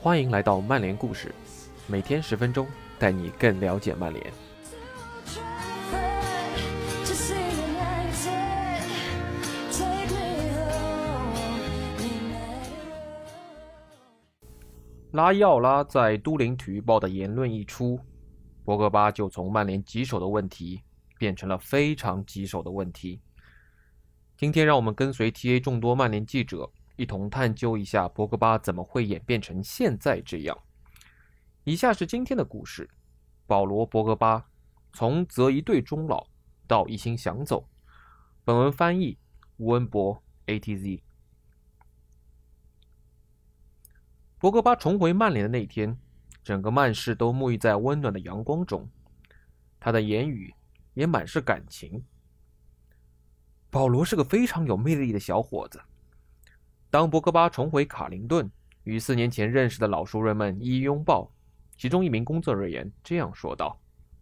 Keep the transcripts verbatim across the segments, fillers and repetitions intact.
欢迎来到曼联故事，每天十分钟，带你更了解曼联。拉伊奥拉在都灵体育报的言论一出，博格巴就从曼联棘手的问题变成了非常棘手的问题。今天让我们跟随 T A 众多曼联记者一同探究一下博格巴怎么会演变成现在这样。以下是今天的故事：保罗·博格巴从择一队终老到一心想走。本文翻译吴恩博 A T Z。 博格巴重回曼联的那天，整个曼市都沐浴在温暖的阳光中，他的言语也满是感情。保罗是个非常有魅力的小伙子。当博格巴重回卡林顿，与四年前认识的老熟人们一一拥抱，其中一名工作人员这样说道。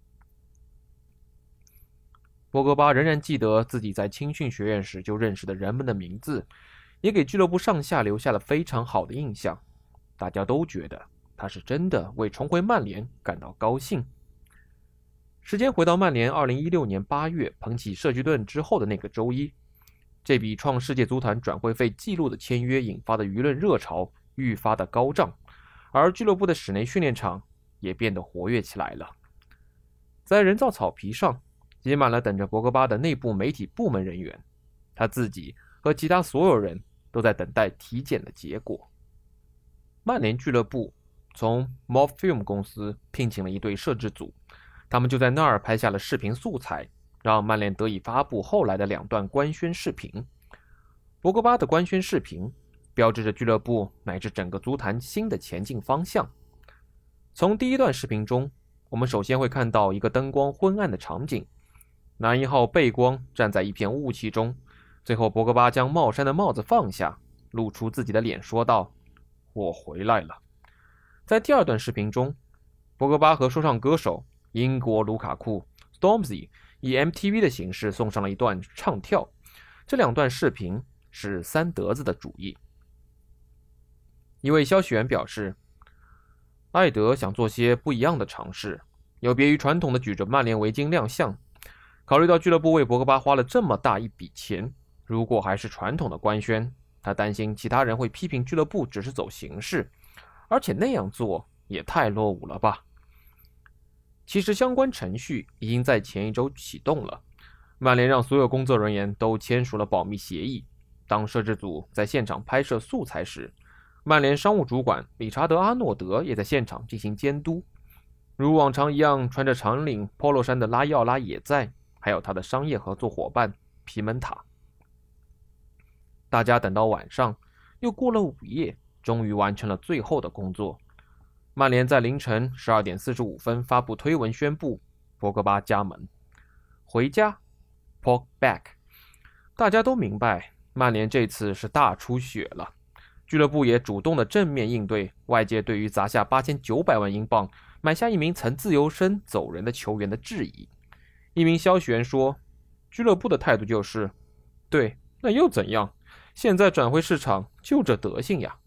博格巴仍然记得自己在青训学院时就认识的人们的名字，也给俱乐部上下留下了非常好的印象。大家都觉得他是真的为重回曼联感到高兴。时间回到曼联二零一六年八月捧起社区盾之后的那个周一，这笔创世界足坛转会费纪录的签约引发的舆论热潮愈发的高涨，而俱乐部的室内训练场也变得活跃起来了。在人造草皮上挤满了等着博格巴的内部媒体部门人员，他自己和其他所有人都在等待体检的结果。曼联俱乐部从 Morphium 公司聘请了一队摄制组，他们就在那儿拍下了视频素材，让曼联得以发布后来的两段官宣视频。博格巴的官宣视频标志着俱乐部乃至整个足坛新的前进方向。从第一段视频中，我们首先会看到一个灯光昏暗的场景，男一号背光站在一片雾气中，最后博格巴将帽衫的帽子放下，露出自己的脸，说道：我回来了。在第二段视频中，博格巴和说唱歌手英国卢卡库 Stormzy 以 M T V 的形式送上了一段唱跳。这两段视频是三德子的主意。一位消息员表示，艾德想做些不一样的尝试，有别于传统的举着曼联围巾亮相。考虑到俱乐部为博格巴花了这么大一笔钱，如果还是传统的官宣，他担心其他人会批评俱乐部只是走形式，而且那样做也太落伍了吧。其实相关程序已经在前一周启动了，曼联让所有工作人员都签署了保密协议。当摄制组在现场拍摄素材时，曼联商务主管理查德·阿诺德也在现场进行监督。如往常一样，穿着长领 polo 衫的拉伊奥拉也在，还有他的商业合作伙伴皮门塔。大家等到晚上，又过了午夜，终于完成了最后的工作。曼联在凌晨十二点四十五分发布推文宣布博格巴加盟，回家 Pog back。 大家都明白曼联这次是大出血了，俱乐部也主动的正面应对外界对于砸下八千九百万英镑买下一名曾自由身走人的球员的质疑。一名消息员说，俱乐部的态度就是对，那又怎样，现在转会市场就这德行呀。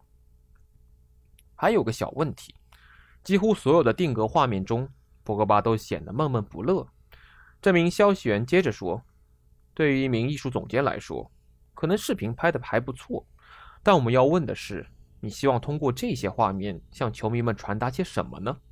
还有个小问题，几乎所有的定格画面中，博格巴都显得闷闷不乐。这名消息员接着说，对于一名艺术总监来说，可能视频拍得还不错，但我们要问的是，你希望通过这些画面向球迷们传达些什么呢？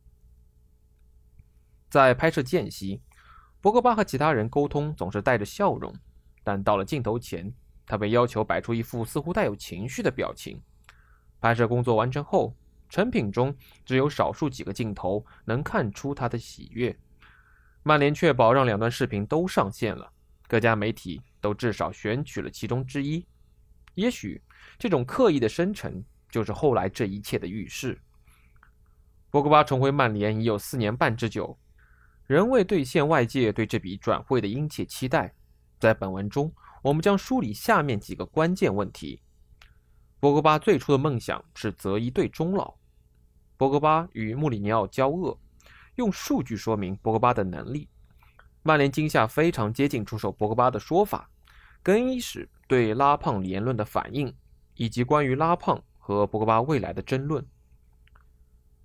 在拍摄间隙，博格巴和其他人沟通总是带着笑容，但到了镜头前，他被要求摆出一副似乎带有情绪的表情。拍摄工作完成后，成品中只有少数几个镜头能看出他的喜悦。曼联确保让两段视频都上线了，各家媒体都至少选取了其中之一。也许这种刻意的深沉就是后来这一切的预示。博格巴重回曼联已有四年半之久，仍未兑现外界对这笔转会的殷切期待。在本文中，我们将梳理下面几个关键问题。博格巴最初的梦想是择一队终老。博格巴与穆里尼奥交恶，用数据说明博格巴的能力。曼联今夏非常接近出售博格巴的说法，更衣室对拉胖言论的反应，以及关于拉胖和博格巴未来的争论。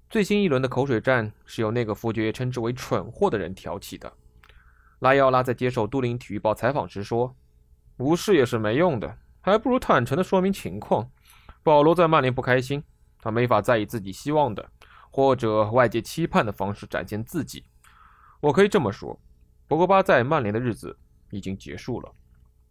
最新一轮的口水战是由那个弗爵称之为蠢货的人挑起的。拉伊奥拉在接受都灵体育报采访时说，无视也是没用的，还不如坦诚地说明情况。保罗在曼联不开心，他没法再以自己希望的或者外界期盼的方式展现自己。我可以这么说，博格巴在曼联的日子已经结束了。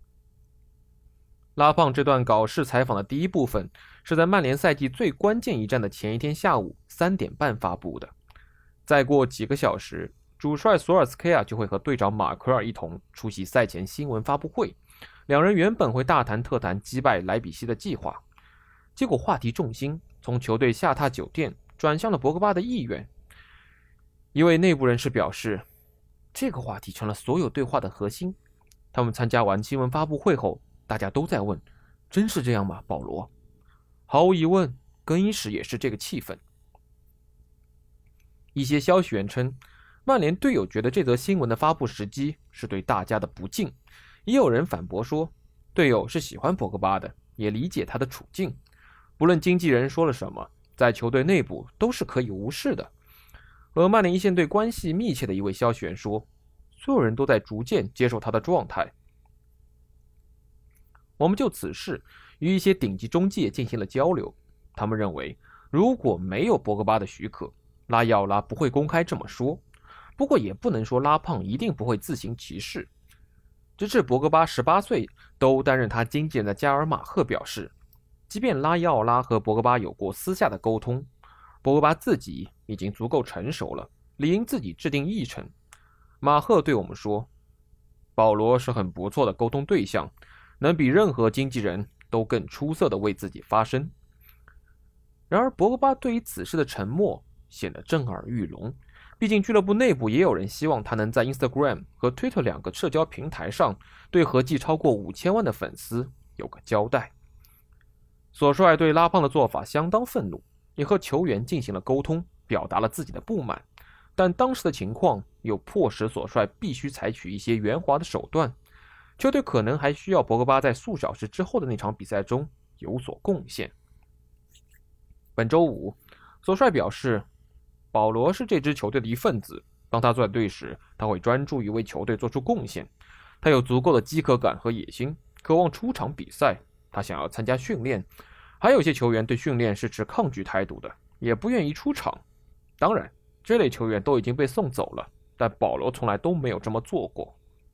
拉胖这段搞事采访的第一部分是在曼联赛季最关键一战的前一天下午三点半发布的。再过几个小时，主帅索尔斯克亚就会和队长马奎尔一同出席赛前新闻发布会。两人原本会大谈特谈击败莱比锡的计划，结果话题重心从球队下榻酒店转向了博格巴的意愿。一位内部人士表示，这个话题成了所有对话的核心。他们参加完新闻发布会后，大家都在问，真是这样吗，保罗？毫无疑问，更衣室也是这个气氛。一些消息源称，曼联队友觉得这则新闻的发布时机是对大家的不敬，也有人反驳说，队友是喜欢博格巴的，也理解他的处境，不论经纪人说了什么，在球队内部都是可以无视的。和曼联一线队关系密切的一位消息源说，所有人都在逐渐接受他的状态。我们就此事与一些顶级中介进行了交流，他们认为如果没有博格巴的许可，拉伊奥拉不会公开这么说。不过也不能说拉胖一定不会自行其事。直至博格巴十八岁都担任他经纪人的加尔马赫表示，即便拉伊奥拉和博格巴有过私下的沟通，博格巴自己已经足够成熟了，理应自己制定议程。马赫对我们说，保罗是很不错的沟通对象，能比任何经纪人都更出色地为自己发声。然而博格巴对于此事的沉默显得震耳欲聋，毕竟俱乐部内部也有人希望他能在 Instagram 和 Twitter 两个社交平台上对合计超过五千万的粉丝有个交代。索帅对拉胖的做法相当愤怒，也和球员进行了沟通，表达了自己的不满，但当时的情况又迫使索帅必须采取一些圆滑的手段。球队可能还需要博格巴在数小时之后的那场比赛中有所贡献。本周五，索帅表示，保罗是这支球队的一份子，当他坐在队时，他会专注于为球队做出贡献。他有足够的饥渴感和野心，渴望出场比赛，他想要参加训练。还有些球员对训练是持抗拒态度的，也不愿意出场。当然，这类球员都已经被送走了，但保罗从来都没有这么做过。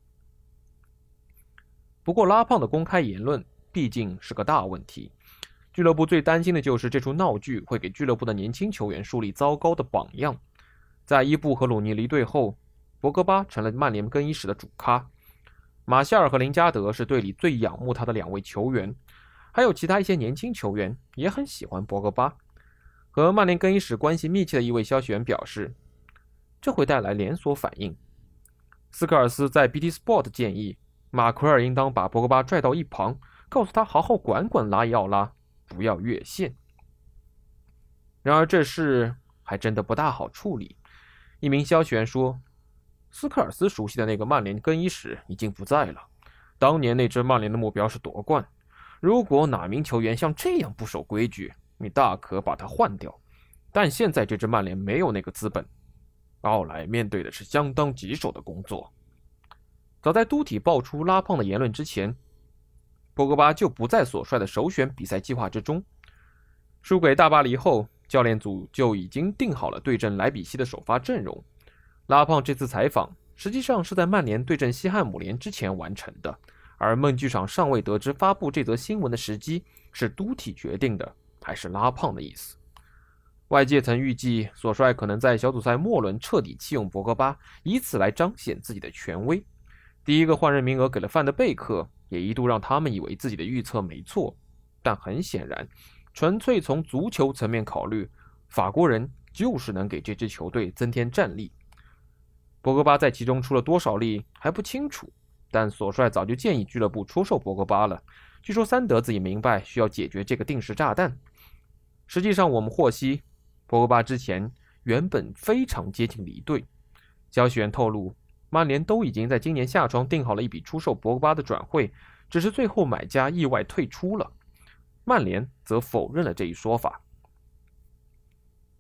不过拉胖的公开言论毕竟是个大问题，俱乐部最担心的就是这出闹剧会给俱乐部的年轻球员树立糟糕的榜样。在伊布和鲁尼离队后，博格巴成了曼联更衣室的主咖，马夏尔和林加德是队里最仰慕他的两位球员，还有其他一些年轻球员也很喜欢博格巴。和曼联更衣室关系密切的一位消息源表示，这会带来连锁反应。斯科尔斯在 B T Sport 建议马奎尔应当把博格巴拽到一旁，告诉他好好管管拉伊奥拉，不要越线。然而这事还真的不大好处理。一名消息源说，斯科尔斯熟悉的那个曼联更衣室已经不在了，当年那支曼联的目标是夺冠，如果哪名球员像这样不守规矩，你大可把他换掉，但现在这支曼联没有那个资本。奥莱面对的是相当棘手的工作。早在都体爆出拉胖的言论之前，博格巴就不在所帅的首选比赛计划之中。输给大巴黎后，教练组就已经定好了对阵莱比锡的首发阵容。拉胖这次采访实际上是在曼联对阵西汉姆联之前完成的，而梦剧场尚未得知发布这则新闻的时机是都体决定的，还是拉胖的意思。外界曾预计索帅可能在小组赛末轮彻底弃用博格巴，以此来彰显自己的权威。第一个换人名额给了范德贝克，也一度让他们以为自己的预测没错，但很显然，纯粹从足球层面考虑，法国人就是能给这支球队增添战力。博格巴在其中出了多少力还不清楚，但索帅早就建议俱乐部出售博格巴了。据说三德子也明白需要解决这个定时炸弹。实际上我们获悉，博格巴之前原本非常接近离队。消息源透露，曼联都已经在今年夏窗定好了一笔出售博格巴的转会，只是最后买家意外退出了。曼联则否认了这一说法。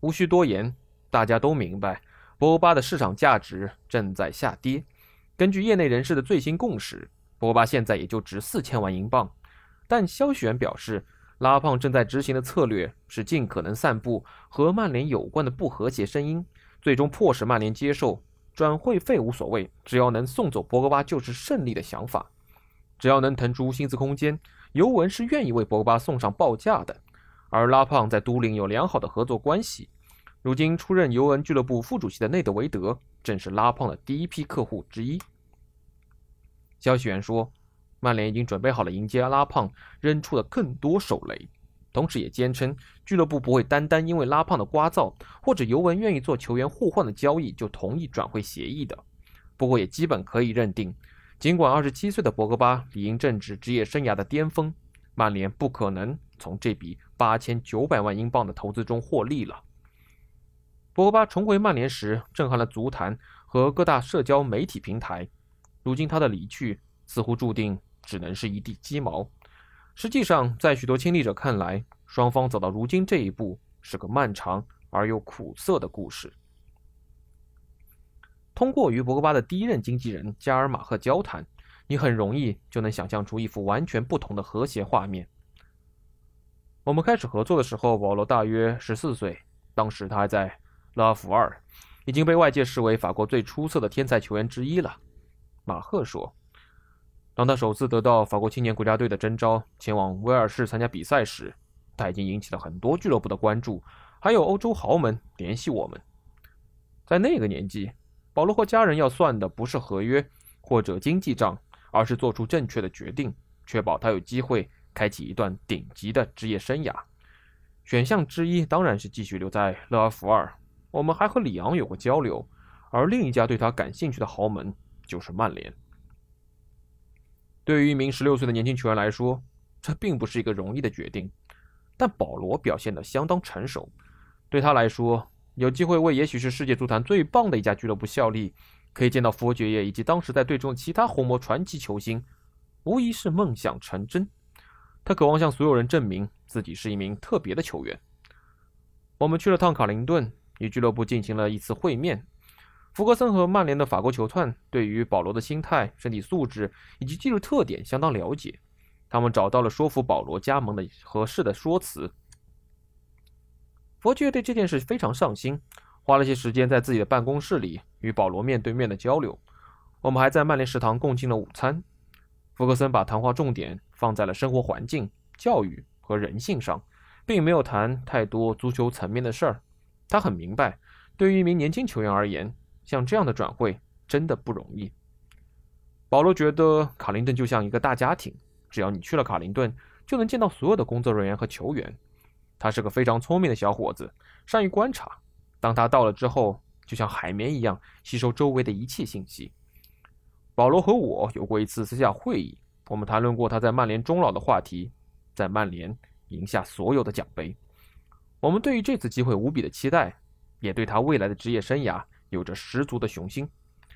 无需多言，大家都明白博格巴的市场价值正在下跌。根据业内人士的最新共识，博格巴现在也就值四千万英镑。但消息源表示，拉胖正在执行的策略是尽可能散布和曼联有关的不和谐声音，最终迫使曼联接受转会费无所谓，只要能送走博格巴就是胜利的想法。只要能腾出薪资空间，尤文是愿意为博格巴送上报价的。而拉胖在都灵有良好的合作关系，如今出任尤文俱乐部副主席的内德维德正是拉胖的第一批客户之一。消息源说，曼联已经准备好了迎接拉胖扔出的更多手雷，同时也坚称俱乐部不会单单因为拉胖的聒噪或者尤文愿意做球员互换的交易就同意转会协议的。不过也基本可以认定，尽管二十七岁的博格巴理应正值职业生涯的巅峰，曼联不可能从这笔八千九百万英镑的投资中获利了。博格巴重回曼联时震撼了足坛和各大社交媒体平台，如今他的离去似乎注定只能是一地鸡毛。实际上，在许多亲历者看来，双方走到如今这一步是个漫长而又苦涩的故事。通过与博格巴的第一任经纪人加尔马赫交谈，你很容易就能想象出一幅完全不同的和谐画面。我们开始合作的时候，保罗大约十四岁，当时他还在勒阿弗尔，已经被外界视为法国最出色的天才球员之一了。马赫说，当他首次得到法国青年国家队的征召，前往威尔士参加比赛时，他已经引起了很多俱乐部的关注，还有欧洲豪门联系我们。在那个年纪，保罗和家人要算的不是合约或者经济账，而是做出正确的决定，确保他有机会开启一段顶级的职业生涯。选项之一当然是继续留在勒阿弗尔，我们还和里昂有过交流，而另一家对他感兴趣的豪门就是曼联。对于一名十六岁的年轻球员来说，这并不是一个容易的决定，但保罗表现得相当成熟。对他来说，有机会为也许是世界足坛最棒的一家俱乐部效力，可以见到佛爵爷以及当时在队中的其他红魔传奇球星，无疑是梦想成真。他渴望向所有人证明自己是一名特别的球员。我们去了趟卡林顿，与俱乐部进行了一次会面。福格森和曼联的法国球探对于保罗的心态、身体素质以及技术特点相当了解，他们找到了说服保罗加盟的合适的说辞。佛爵对这件事非常上心，花了些时间在自己的办公室里与保罗面对面的交流。我们还在曼联食堂共进了午餐。福格森把谈话重点放在了生活环境、教育和人性上，并没有谈太多足球层面的事儿。他很明白，对于一名年轻球员而言，像这样的转会真的不容易。保罗觉得卡林顿就像一个大家庭，只要你去了卡林顿，就能见到所有的工作人员和球员。他是个非常聪明的小伙子，善于观察。当他到了之后，就像海绵一样吸收周围的一切信息。保罗和我有过一次私下会议，我们谈论过他在曼联终老的话题，在曼联赢下所有的奖杯。我们对于这次机会无比的期待，也对他未来的职业生涯有着十足的雄心。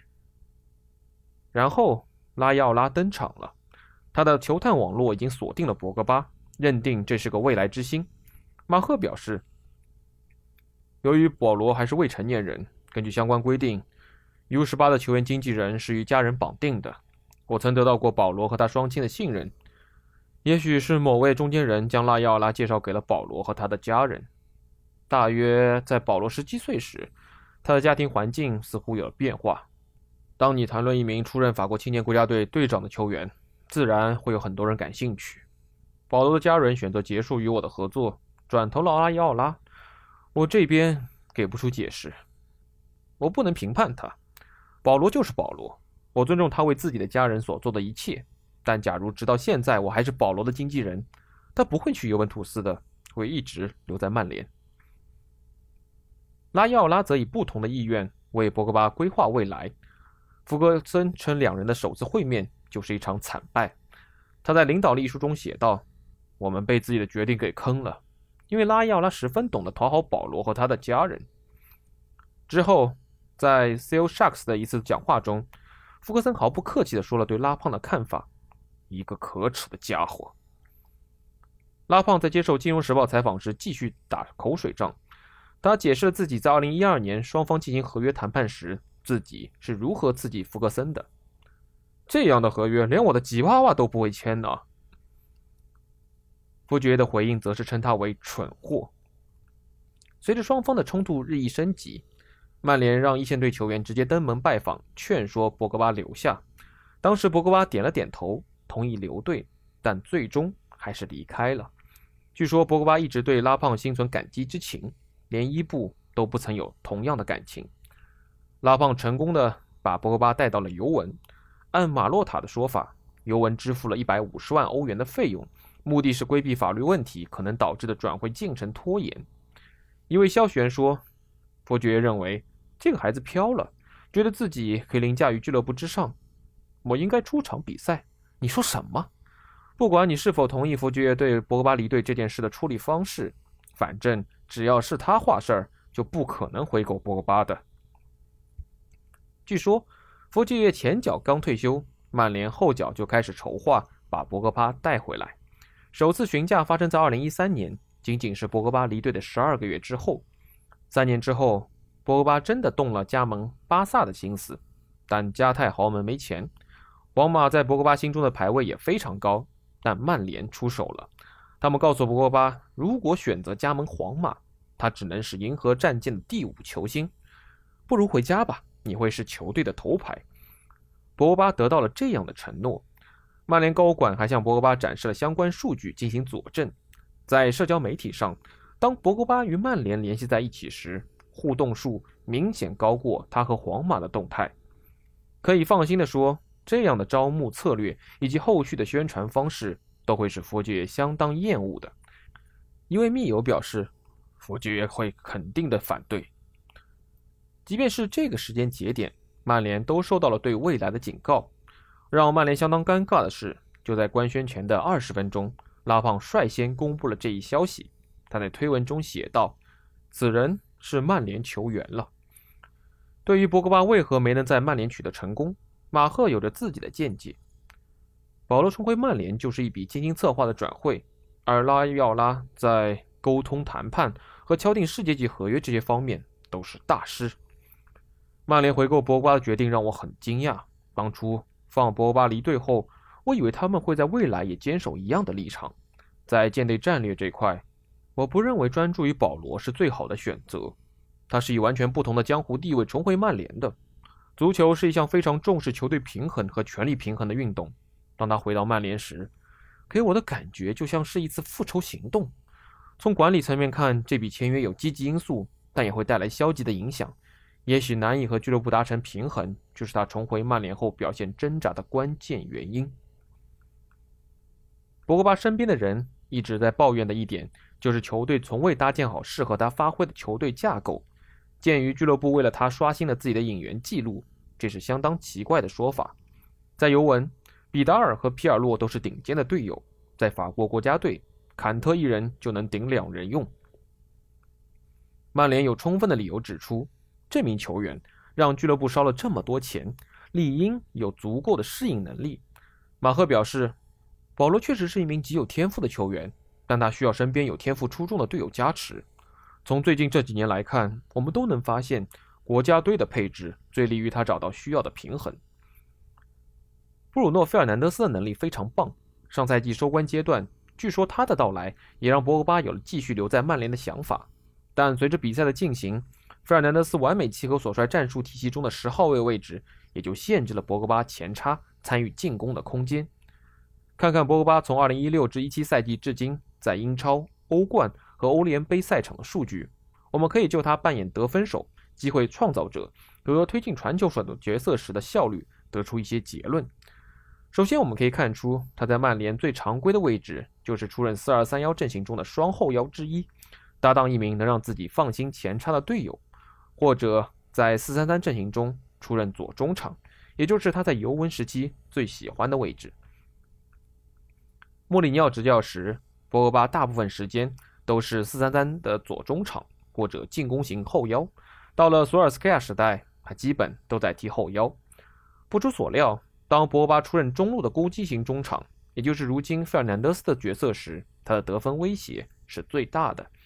然后拉伊奥拉登场了，他的球探网络已经锁定了博格巴，认定这是个未来之星。马赫表示，由于保罗还是未成年人，根据相关规定 U 十八 的球员经纪人是与家人绑定的。我曾得到过保罗和他双亲的信任，也许是某位中间人将拉伊奥拉介绍给了保罗和他的家人。大约在保罗十七岁时，他的家庭环境似乎有了变化。当你谈论一名出任法国青年国家队队长的球员，自然会有很多人感兴趣。保罗的家人选择结束与我的合作，转投了拉伊奥拉。我这边给不出解释，我不能评判他。保罗就是保罗，我尊重他为自己的家人所做的一切。但假如直到现在我还是保罗的经纪人，他不会去尤文图斯的，会一直留在曼联。拉伊奥拉则以不同的意愿为博格巴规划未来。福格森称两人的首次会面就是一场惨败。他在领导力一书中写道，我们被自己的决定给坑了，因为拉伊奥拉十分懂得讨好保罗和他的家人。之后在 C O Sharks 的一次讲话中，福格森毫不客气地说了对拉胖的看法，一个可耻的家伙。拉胖在接受金融时报采访时继续打口水仗， 他解释了自己在二零一二年双方进行合约谈判时，自己是如何刺激福格森的。这样的合约连我的吉娃娃都不会签呢。福爵的回应则是称他为蠢货。随着双方的冲突日益升级，曼联让一线队球员直接登门拜访，劝说博格巴留下。当时博格巴点了点头，同意留队，但最终还是离开了。据说博格巴一直对拉胖心存感激之情，连伊布都不曾有同样的感情。拉胖成功的把博格巴带到了尤文，按马洛塔的说法，尤文支付了一百五十万欧元的费用，目的是规避法律问题可能导致的转会进程拖延。一位消息员说，伯爵认为这个孩子飘了，觉得自己可以凌驾于俱乐部之上。我应该出场比赛？你说什么？不管你是否同意福爵对博格巴离队这件事的处理方式，反正只要是他话事儿，就不可能回购博格巴的。据说福爵前脚刚退休，曼联后脚就开始筹划把博格巴带回来。首次询价发生在二零一三年，仅仅是博格巴离队的十二个月之后。三年之后，博格巴真的动了加盟巴萨的心思，但加泰豪门没钱。皇马在博格巴心中的排位也非常高，但曼联出手了。他们告诉博格巴，如果选择加盟皇马，他只能是银河战舰的第五球星，不如回家吧，你会是球队的头牌。博格巴得到了这样的承诺。曼联高管还向博格巴展示了相关数据进行佐证。在社交媒体上，当博格巴与曼联联系在一起时，互动数明显高过他和皇马的动态。可以放心地说，这样的招募策略以及后续的宣传方式都会使福爵相当厌恶的。一位密友表示，福爵会肯定的反对。即便是这个时间节点，曼联都受到了对未来的警告。让曼联相当尴尬的是，就在官宣前的二十分钟，拉胖率先公布了这一消息。他在推文中写道，此人是曼联球员了。对于博格巴为何没能在曼联取得成功，马赫有着自己的见解。保罗重回曼联就是一笔精心策划的转会，而拉伊奥拉在沟通谈判和敲定世界级合约这些方面都是大师。曼联回购博格巴的决定让我很惊讶，当初放博格巴离队后，我以为他们会在未来也坚守一样的立场。在建队战略这块，我不认为专注于保罗是最好的选择。他是以完全不同的江湖地位重回曼联的。足球是一项非常重视球队平衡和权力平衡的运动。当他回到曼联时，给我的感觉就像是一次复仇行动。从管理层面看，这笔签约有积极因素，但也会带来消极的影响。也许难以和俱乐部达成平衡，就是他重回曼联后表现挣扎的关键原因。博格巴身边的人一直在抱怨的一点，就是球队从未搭建好适合他发挥的球队架构。鉴于俱乐部为了他刷新了自己的引援记录，这是相当奇怪的说法。在尤文，比达尔和皮尔洛都是顶尖的队友，在法国国家队，坎特一人就能顶两人用。曼联有充分的理由指出，这名球员让俱乐部烧了这么多钱，理应有足够的适应能力。马赫表示，保罗确实是一名极有天赋的球员，但他需要身边有天赋出众的队友加持。从最近这几年来看，我们都能发现国家队的配置最利于他找到需要的平衡。布鲁诺·费尔南德斯的能力非常棒，上赛季收官阶段，据说他的到来也让博格巴有了继续留在曼联的想法。但随着比赛的进行，费尔南德斯完美契合所率战术体系中的十号位位置，也就限制了博格巴前插参与进攻的空间。看看博格巴从二零一六至一七赛季至今在英超、欧冠和欧联杯赛场的数据，我们可以就他扮演得分手、机会创造者和推进传球手的角色时的效率得出一些结论。首先我们可以看出，他在曼联最常规的位置就是出任四二三一阵型中的双后腰之一，搭档一名能让自己放心前插的队友，或者在四三三阵型中出任左中场，也就是他在尤文时期最喜欢的位置。莫里尼奥执教时，博格巴大部分时间都是四三三的左中场或者进攻型后腰，到了索尔斯克亚时代，他基本都在踢后腰。不出所料，当博格巴出任中路的攻击型中场，也就是如今费尔南德斯的角色时，他的得分威胁是最大的。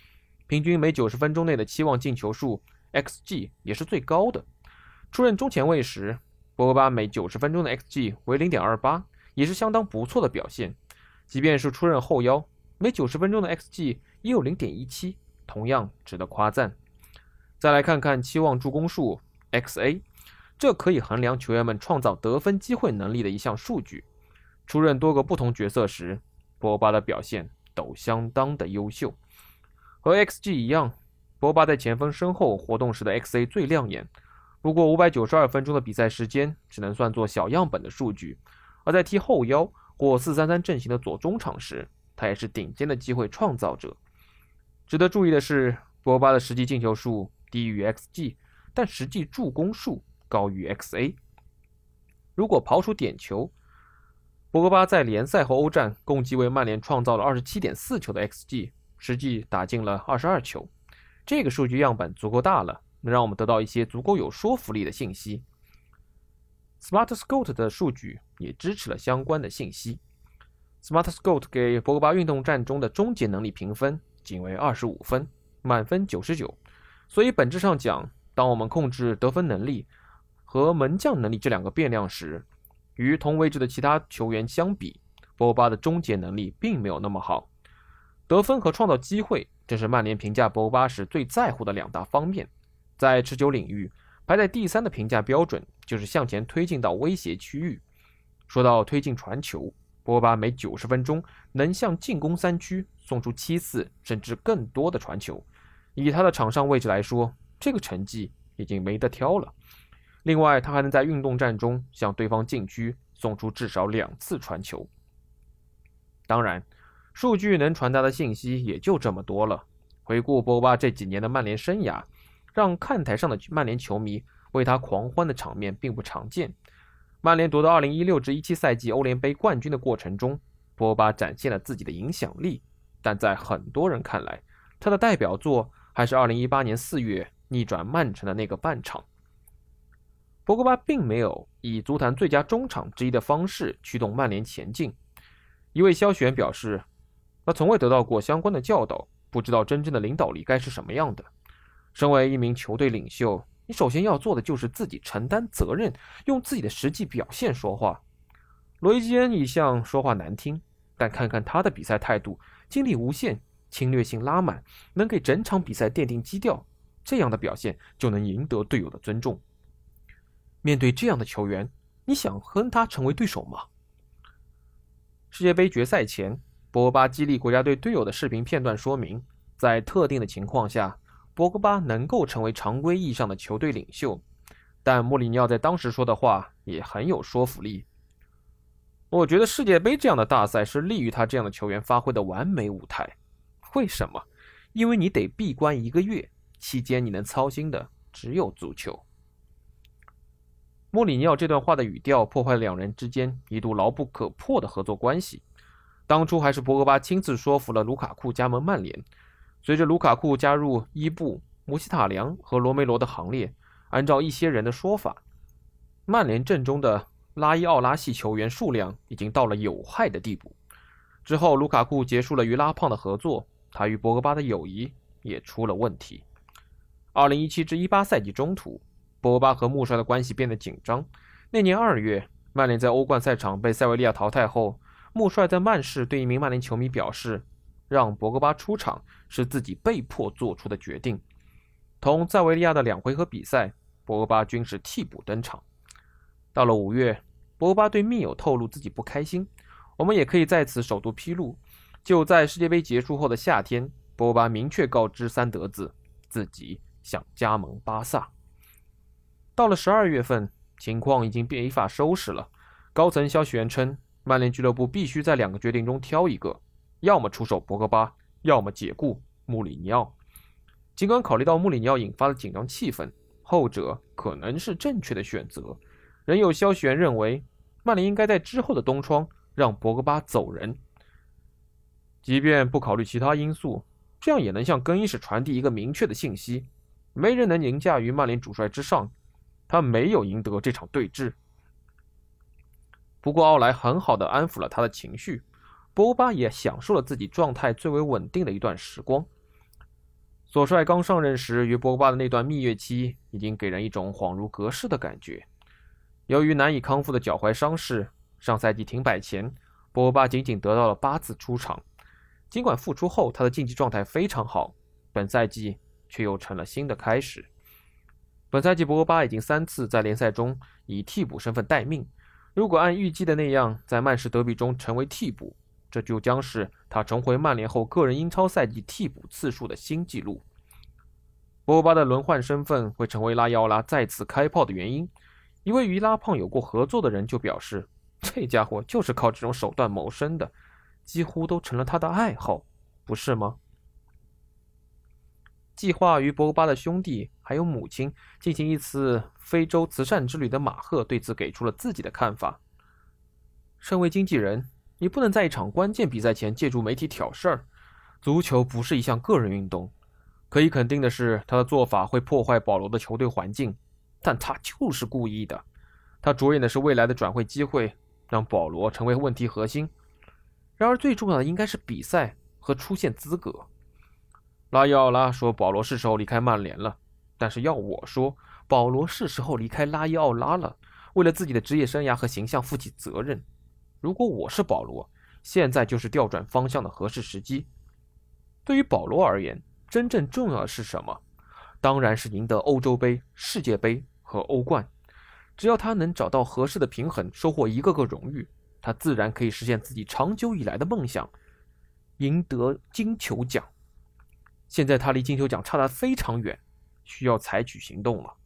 平均每九十分钟内的期望进球数 X G 也是最高的。出任中前卫时，博格巴每九十分钟的 X G 为 零点二八， 也是相当不错的表现。即便是出任后腰，每九十分钟的 X G 也有 零点一七， 同样值得夸赞。再来看看期望助攻数 X A， 这可以衡量球员们创造得分机会能力的一项数据。出任多个不同角色时，博格巴的表现都相当的优秀。和 X G 一样，博格巴在前锋身后活动时的 X A 最亮眼。不过五百九十二分钟的比赛时间只能算作小样本的数据，而在踢后腰或四三三阵型的左中场时，他也是顶尖的机会创造者。值得注意的是，博格巴的实际进球数低于 X G， 但实际助攻数高于 X A。 如果刨除点球，博格巴在联赛和欧战共计为曼联创造了 二十七点四 球的 X G， 实际打进了二十二球。这个数据样本足够大了，能让我们得到一些足够有说服力的信息。SmartScout 的数据也支持了相关的信息。SmartScout 给博格巴运动战中的终结能力评分仅为二十五分，满分九十九。所以本质上讲，当我们控制得分能力和门将能力这两个变量时，与同位置的其他球员相比，博格巴的终结能力并没有那么好。得分和创造机会，这是曼联评价博格巴时最在乎的两大方面。在持球领域，排在第三的评价标准就是向前推进到威胁区域。说到推进传球，博格巴每九十分钟能向进攻三区送出七次甚至更多的传球。以他的场上位置来说，这个成绩已经没得挑了。另外，他还能在运动战中向对方禁区送出至少两次传球。当然，数据能传达的信息也就这么多了。回顾博格巴这几年的曼联生涯，让看台上的曼联球迷为他狂欢的场面并不常见。曼联夺得二零一六至一七赛季欧联杯冠军的过程中，博格巴展现了自己的影响力，但在很多人看来，他的代表作还是二零一八年四月逆转曼城的那个半场。博格巴并没有以足坛最佳中场之一的方式驱动曼联前进。一位消息员表示，他从未得到过相关的教导，不知道真正的领导力该是什么样的。身为一名球队领袖，你首先要做的就是自己承担责任，用自己的实际表现说话。罗伊基恩一向说话难听，但看看他的比赛态度，精力无限，侵略性拉满，能给整场比赛奠定基调，这样的表现就能赢得队友的尊重。面对这样的球员，你想和他成为对手吗？世界杯决赛前，博格巴激励国家队队友的视频片段说明，在特定的情况下，博格巴能够成为常规意义上的球队领袖。但穆里尼奥在当时说的话也很有说服力。我觉得世界杯这样的大赛是利于他这样的球员发挥的完美舞台。为什么？因为你得闭关一个月，期间你能操心的只有足球。穆里尼奥这段话的语调破坏了两人之间一度牢不可破的合作关系。当初还是博格巴亲自说服了卢卡库加盟曼联，随着卢卡库加入伊布、姆希塔良和罗梅罗的行列，按照一些人的说法，曼联阵中的拉伊奥拉系球员数量已经到了有害的地步。之后卢卡库结束了与拉胖的合作，他与博格巴的友谊也出了问题。二零一七至一八赛季中途，博格巴和穆帅的关系变得紧张。那年二月，曼联在欧冠赛场被塞维利亚淘汰后，穆帅在曼市对一名曼联球迷表示，让博格巴出场是自己被迫做出的决定。同塞维利亚的两回合比赛，博格巴均是替补登场。到了五月，博格巴对密友透露自己不开心。我们也可以在此首度披露，就在世界杯结束后的夏天，博格巴明确告知三德子自己想加盟巴萨。到了十二月份，情况已经没法收拾了。高层消息源称，曼联俱乐部必须在两个决定中挑一个，要么出手博格巴，要么解雇穆里尼奥。尽管考虑到穆里尼奥引发的紧张气氛，后者可能是正确的选择，仍有消息源认为，曼联应该在之后的冬窗让博格巴走人。即便不考虑其他因素，这样也能向更衣室传递一个明确的信息：没人能凌驾于曼联主帅之上，他没有赢得这场对峙。不过奥莱很好地安抚了他的情绪，博格巴也享受了自己状态最为稳定的一段时光。 索帅刚上任时与博格巴的那段蜜月期已经给人一种恍如隔世的感觉。由于难以康复的脚踝伤势，上赛季停摆前，博格巴仅仅得到了八次出场。尽管复出后他的竞技状态非常好，本赛季却又成了新的开始。本赛季博格巴已经三次在联赛中以替补身份待命，如果按预计的那样在曼市德比中成为替补，这就将是他重回曼联后个人英超赛季替补次数的新纪录。博格巴的轮换身份会成为拉伊奥拉再次开炮的原因。一位与拉胖有过合作的人就表示，这家伙就是靠这种手段谋生的，几乎都成了他的爱好，不是吗？计划与博格巴的兄弟还有母亲进行一次非洲慈善之旅的马赫对此给出了自己的看法。身为经纪人，你不能在一场关键比赛前借助媒体挑事儿。足球不是一项个人运动，可以肯定的是，他的做法会破坏保罗的球队环境，但他就是故意的。他着眼的是未来的转会机会，让保罗成为问题核心。然而最重要的应该是比赛和出线资格。拉伊奥拉说保罗是时候离开曼联了，但是要我说，保罗是时候离开拉伊奥拉了，为了自己的职业生涯和形象负起责任。如果我是保罗，现在就是调转方向的合适时机。对于保罗而言，真正重要的是什么？当然是赢得欧洲杯、世界杯和欧冠。只要他能找到合适的平衡，收获一个个荣誉，他自然可以实现自己长久以来的梦想，赢得金球奖。现在他离金球奖差得非常远，需要采取行动了。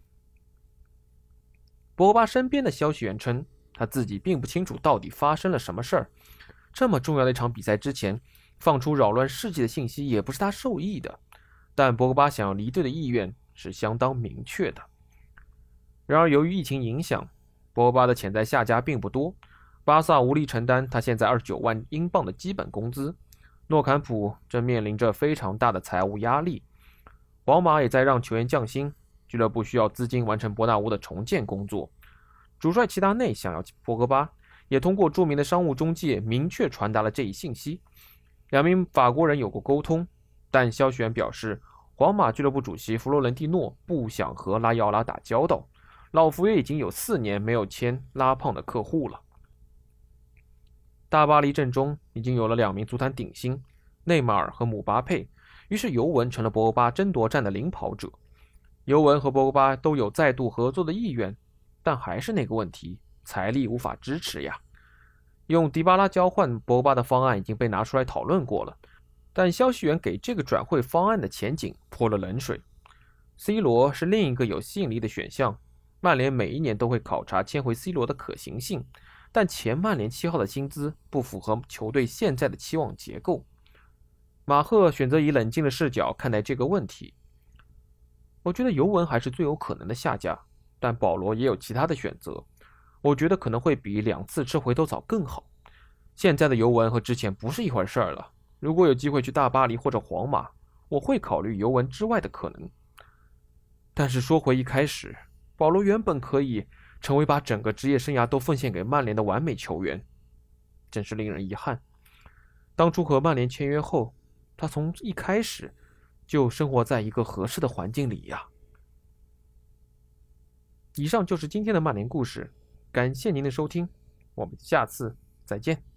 博格巴身边的消息源称，他自己并不清楚到底发生了什么事儿。这么重要的一场比赛之前，放出扰乱士气的信息也不是他受益的。但博格巴想要离队的意愿是相当明确的。然而由于疫情影响，博格巴的潜在下家并不多，巴萨无力承担他现在二十九万英镑的基本工资，诺坎普正面临着非常大的财务压力，皇马也在让球员降薪，俱乐部需要资金完成伯纳乌的重建工作。主帅齐达内想要博格巴，也通过著名的商务中介明确传达了这一信息。两名法国人有过沟通，但消息源表示，皇马俱乐部主席弗洛伦蒂诺不想和拉伊奥拉打交道，老佛爷已经有四年没有签拉胖的客户了。大巴黎阵中已经有了两名足坛顶星，内马尔和姆巴佩，于是尤文成了博格巴争夺战的领跑者。尤文和博格巴都有再度合作的意愿，但还是那个问题，财力无法支持呀。用迪巴拉交换博格巴的方案已经被拿出来讨论过了，但消息源给这个转会方案的前景泼了冷水。C 罗是另一个有吸引力的选项，曼联每一年都会考察签回 C 罗的可行性，但前曼联七号的薪资不符合球队现在的期望结构。马赫选择以冷静的视角看待这个问题。我觉得尤文还是最有可能的下家，但保罗也有其他的选择，我觉得可能会比两次吃回头草更好。现在的尤文和之前不是一回事儿了，如果有机会去大巴黎或者皇马，我会考虑尤文之外的可能。但是说回一开始，保罗原本可以成为把整个职业生涯都奉献给曼联的完美球员，真是令人遗憾。当初和曼联签约后，他从一开始就生活在一个合适的环境里呀。以上就是今天的曼联故事，感谢您的收听，我们下次再见。